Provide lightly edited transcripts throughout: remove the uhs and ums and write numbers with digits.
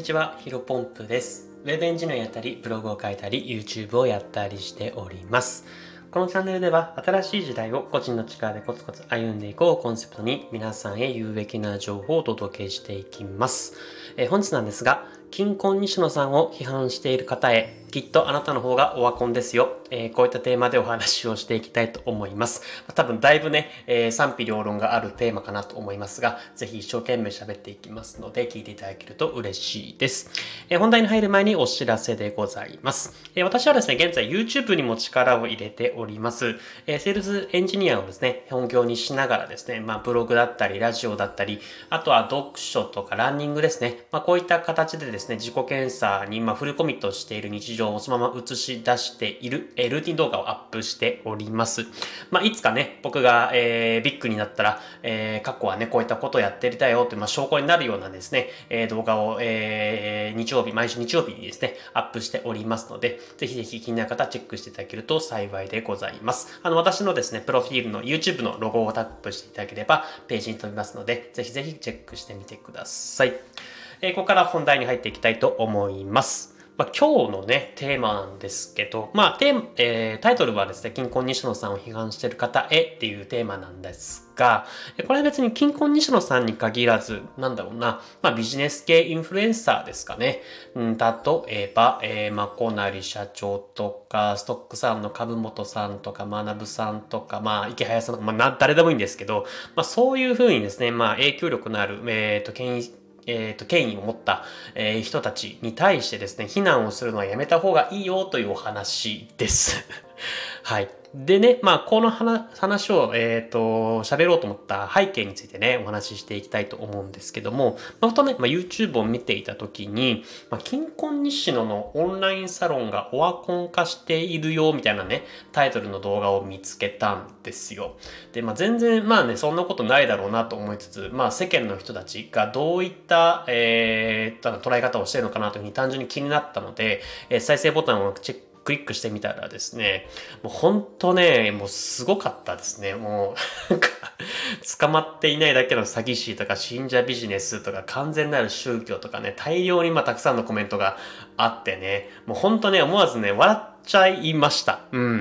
ちは、ヒロポンプです。ウェブエンジニアやったり、ブログを書いたり、YouTube をやったりしております。このチャンネルでは、新しい時代を個人の力でコツコツ歩んでいこうをコンセプトに、皆さんへ有益な情報をお届けしていきます。本日なんですが、金婚西野さんを批判している方へ、きっとあなたの方がオワコンですよ。こういったテーマでお話をしていきたいと思います。多分だいぶね、賛否両論があるテーマかなと思いますが、ぜひ一生懸命喋っていきますので、聞いていただけると嬉しいです。本題に入る前にお知らせでございます。私はですね、現在 YouTube にも力を入れております。セールスエンジニアをですね、本業にしながらですね、ブログだったり、ラジオだったり、あとは読書とかランニングですね。こういった形でですね、自己検査にフルコミットしている日常をそのまま映し出している、ルーティン動画をアップしております。いつかね、僕が、ビッグになったら、過去はね、こういったことをやっていたよって、証拠になるようなですね、動画を、毎週日曜日にですね、アップしておりますので、ぜひぜひ気になる方はチェックしていただけると幸いでございます。私のですね、プロフィールの YouTube のロゴをタップしていただければ、ページに飛びますので、ぜひぜひチェックしてみてください。ここから本題に入っていきたいと思います。今日のね、テーマなんですけど、タイトルはですね、金婚西野さんを批判している方へっていうテーマなんですが、これは別に金婚西野さんに限らず、ビジネス系インフルエンサーですかね。例えば、コナリ社長とか、ストックさんの株本さんとか、学さんとか、池早さんとか、誰でもいいんですけど、そういうふうにですね、影響力のある、権威を持った、人たちに対してですね、非難をするのはやめた方がいいよというお話です。はい。でね、この話を、喋ろうと思った背景についてね、お話ししていきたいと思うんですけども、YouTube を見ていたときに、金婚西野のオンラインサロンがオワコン化しているよ、みたいなね、タイトルの動画を見つけたんですよ。で、全然、そんなことないだろうなと思いつつ、世間の人たちがどういった、捉え方をしているのかなというふうに単純に気になったので、再生ボタンをクリックしてみたらですね、もうほんとね、もうすごかったですね。もう、捕まっていないだけの詐欺師とか信者ビジネスとか完全なる宗教とかね、大量にたくさんのコメントがあってね、もうほんとね、思わずね、笑っちゃいました。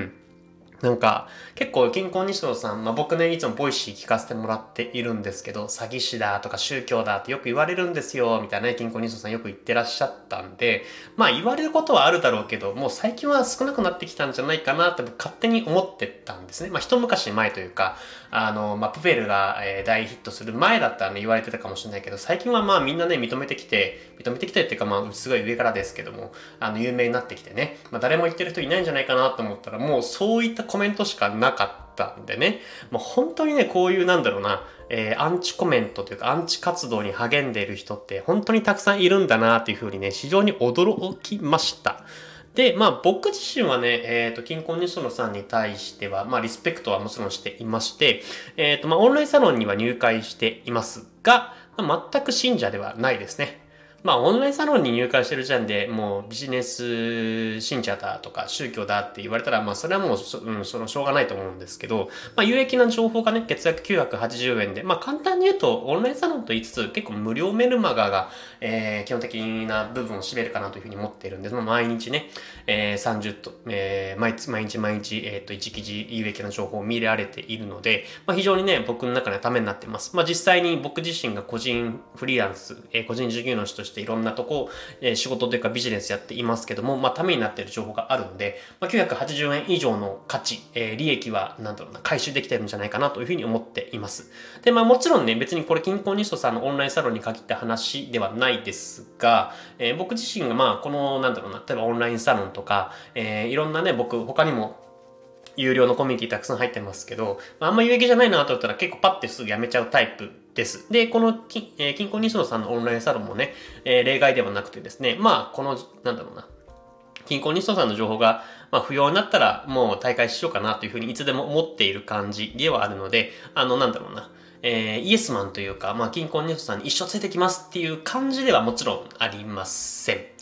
結構、金婚西野さん、僕ね、いつもボイシー聞かせてもらっているんですけど、詐欺師だとか宗教だってよく言われるんですよ、みたいなね、金婚西野さんよく言ってらっしゃったんで、言われることはあるだろうけど、もう最近は少なくなってきたんじゃないかなって勝手に思ってたんですね。一昔前というか、プペルが、大ヒットする前だったらね、言われてたかもしれないけど、最近はみんなね、認めてきてっていうか、すごい上からですけども、有名になってきてね、誰も言ってる人いないんじゃないかなと思ったら、もうそういったコメントしかなかったんでね、もう本当にね、こういうアンチコメントというか、アンチ活動に励んでいる人って本当にたくさんいるんだなっていうふうにね、非常に驚きました。で、僕自身はね、金婚西野さんに対しては、リスペクトはもちろんしていまして、オンラインサロンには入会していますが、全く信者ではないですね。オンラインサロンに入会してる時点で、もうビジネス信者だとか宗教だって言われたら、それはもう、そのしょうがないと思うんですけど、有益な情報がね、月額980円で、簡単に言うと、オンラインサロンと言いつつ、結構無料メルマガが、基本的な部分を占めるかなというふうに思っているんで、毎日ね、30と、毎日、1記事有益な情報を見られているので、非常にね、僕の中でためになってます。実際に僕自身が個人フリーランス、個人事業主としていろんなとこ、仕事というかビジネスやっていますけども、ためになっている情報があるので、980円以上の価値、利益は、回収できてるんじゃないかなというふうに思っています。で、もちろんね、別にこれ、金婚西野さんのオンラインサロンに限った話ではないですが、僕自身がこの、例えばオンラインサロンとか、いろんなね、僕、他にも、有料のコミュニティたくさん入ってますけど、あんま有益じゃないなと思ったら結構パッてすぐやめちゃうタイプです。で、この金婚西野さんのオンラインサロンもね、例外ではなくてですね、この、金婚西野さんの情報が、不要になったらもう大会しようかなというふうにいつでも思っている感じではあるので、イエスマンというか、金婚西野さんに一生ついてきますっていう感じではもちろんありません。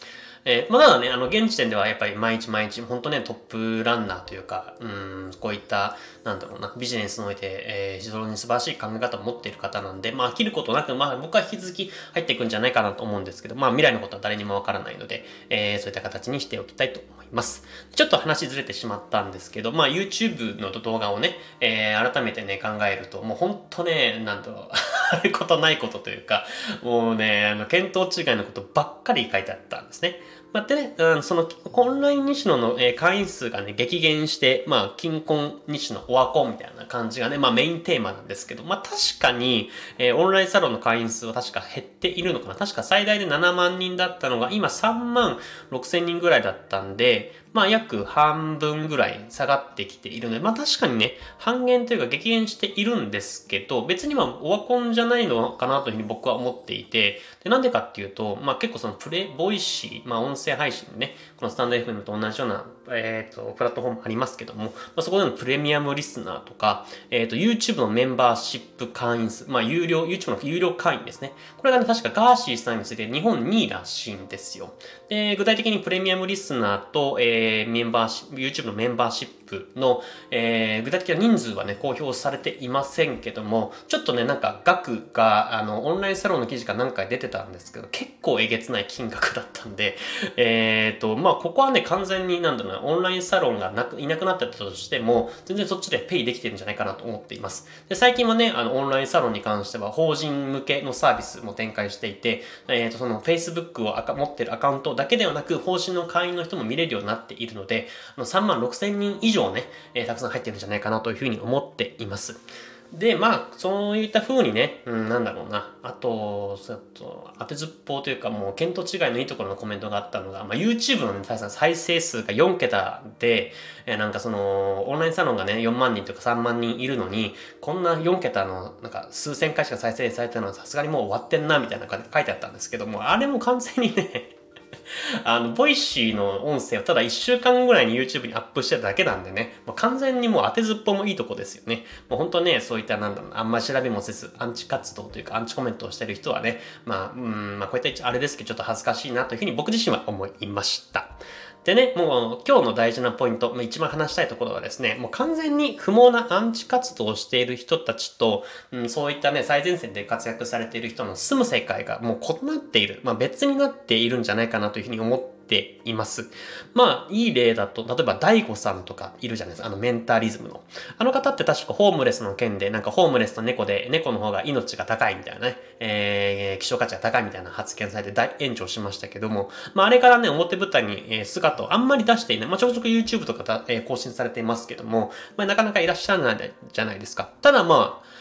まあ、ただね、現時点ではやっぱり毎日毎日、本当ね、トップランナーというか、こういった、なんだろうな、ビジネスにおいて、非常に素晴らしい考え方を持っている方なんで、まあ、飽きることなく、まあ、僕は引き続き入っていくんじゃないかなと思うんですけど、まあ、未来のことは誰にもわからないので、そういった形にしておきたいと思います。ちょっと話ずれてしまったんですけど、まあ、YouTube の動画をね、改めてね、考えると、もう本当ね、なんだろう、あることないことというか、もうね、見当違いのことばっかり書いてあったんですね。まあ、でね、その、オンライン西野の、会員数がね、激減して、まあ、金婚西野オワコンみたいな感じがね、まあ、メインテーマなんですけど、まあ、確かに、オンラインサロンの会員数は確か減っているのかな。確か最大で7万人だったのが、今3万6千人ぐらいだったんで、まあ、約半分ぐらい下がってきているので、まあ、確かにね、半減というか激減しているんですけど、別にまあ、オワコンじゃないのかなというふうに僕は思っていて、で、なんでかっていうと、まあ、結構そのボイシー、まあ、音声配信ね、このスタンド FM と同じような、プラットフォームありますけども、まあ、そこでのプレミアムリスナーとか、YouTube のメンバーシップ会員数、まあ、YouTube の有料会員ですね。これがね、確かガーシーさんについて日本2位らしいんですよ。で、具体的にプレミアムリスナーと、YouTube のメンバーシップの、具体的な人数はね、公表されていませんけども、ちょっとね、なんか額が、オンラインサロンの記事か何回出てたんですけど、結構えげつない金額だったんで、まあ、ここはね、完全になんだろうな、オンラインサロンがいなくなってたとしても、全然そっちでペイできてるんじゃないかなと思っています。で、最近はね、オンラインサロンに関しては、法人向けのサービスも展開していて、その Facebook を持ってるアカウントだけではなく、法人の会員の人も見れるようになっているので、3万6千人以上ね、たくさん入ってるんじゃないかなというふうに思っています。で、まあ、そういった風にね、なんだろうな。あと、当てずっぽうというか、もう、見当違いのいいところのコメントがあったのが、まあ、YouTube のね、再生数が4桁で、なんかその、オンラインサロンがね、4万人とか3万人いるのに、こんな4桁の、なんか、数千回しか再生されてるのはさすがにもう終わってんな、みたいな感じで書いてあったんですけども、あれも完全にね、ボイシーの音声をただ1週間ぐらいに YouTube にアップしてただけなんでね、もう完全にもう当てずっぽもいいとこですよね。もう本当ね、そういったなんだろうな、あんま調べもせず、アンチ活動というかアンチコメントをしてる人はね、まあこういったあれですけど、ちょっと恥ずかしいなというふうに僕自身は思いました。でね、もう今日の大事なポイント、一番話したいところはですね、もう完全に不毛なアンチ活動をしている人たちと、そういったね、最前線で活躍されている人の住む世界がもう異なっている、別になっているんじゃないかなというふうに思っています。まあ、いい例だと、例えば、大悟さんとかいるじゃないですか。メンタリズムの。あの方って確かホームレスの件で、なんかホームレスと猫で、猫の方が命が高いみたいなね、希少価値が高いみたいな発言されて大炎上しましたけども、あれからね、表舞台に、姿をあんまり出していない。ちょくちょく YouTube とか更新されていますけども、なかなかいらっしゃらないじゃないですか。ただ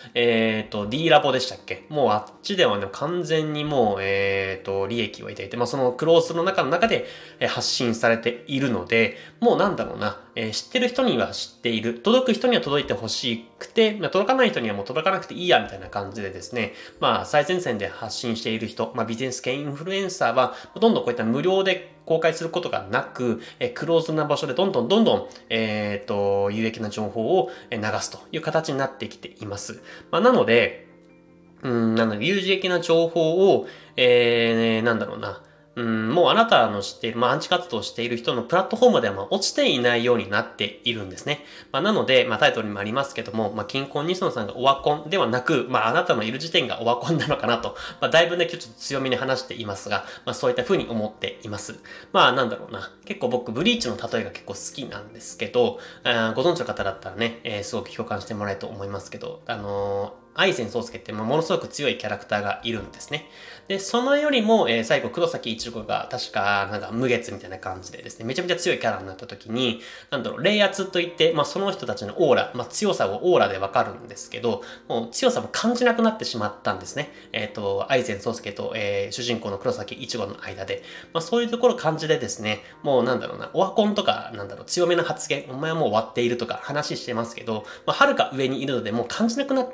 D ラボでしたっけ？もうあっちではね、完全にもう、利益を得ていて、そのクロースの中で、発信されているので、もうなんだろうな、知ってる人には知っている、届く人には届いてほしくて、届かない人にはもう届かなくていいや、みたいな感じでですね、最前線で発信している人、ビジネス系インフルエンサーは、どんどんこういった無料で公開することがなく、クローズな場所でどんどん、有益な情報を流すという形になってきています。なので、有益な情報を、なんだろうな、もうあなたの知っている、アンチ活動をしている人のプラットフォームでは落ちていないようになっているんですね。なので、タイトルにもありますけども、金婚西野さんがオワコンではなく、あなたのいる時点がオワコンなのかなと、だいぶね、ちょっと強めに話していますが、そういった風に思っています。なんだろうな。結構僕、ブリーチの例えが結構好きなんですけど、ご存知の方だったらね、すごく共感してもらえると思いますけど、愛禅宗介ってものすごく強いキャラクターがいるんですね。で、そのよりも、最後、黒崎一護が確か、なんか無月みたいな感じでですね、めちゃめちゃ強いキャラになった時に、冷圧といって、その人たちのオーラ、強さをオーラでわかるんですけど、もう強さも感じなくなってしまったんですね。愛禅宗介と、主人公の黒崎一護の間で。そういうところ感じでですね、もうオワコンとか、強めな発言、お前はもう終わっているとか話してますけど、はるか上にいるので、もう感じなくなっている。で、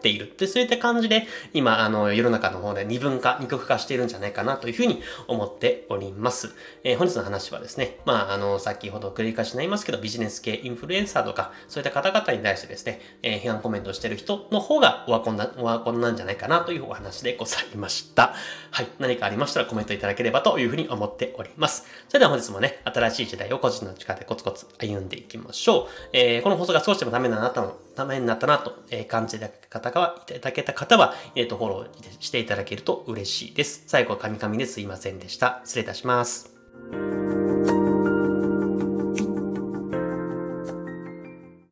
そういった感じで、今、世の中の方で二極化しているんじゃないかなというふうに思っております。本日の話はですね、先ほど繰り返しになりますけど、ビジネス系インフルエンサーとか、そういった方々に対してですね、批判コメントをしている人の方がオワコンなんじゃないかなというお話でございました。はい。何かありましたらコメントいただければというふうに思っております。それでは本日もね、新しい時代を個人の力でコツコツ歩んでいきましょう。この放送が少しでもためになったなと感じた方がいただけた方は、フォローしていただけると嬉しいです。最後はカミカミですいませんでした。失礼いたします。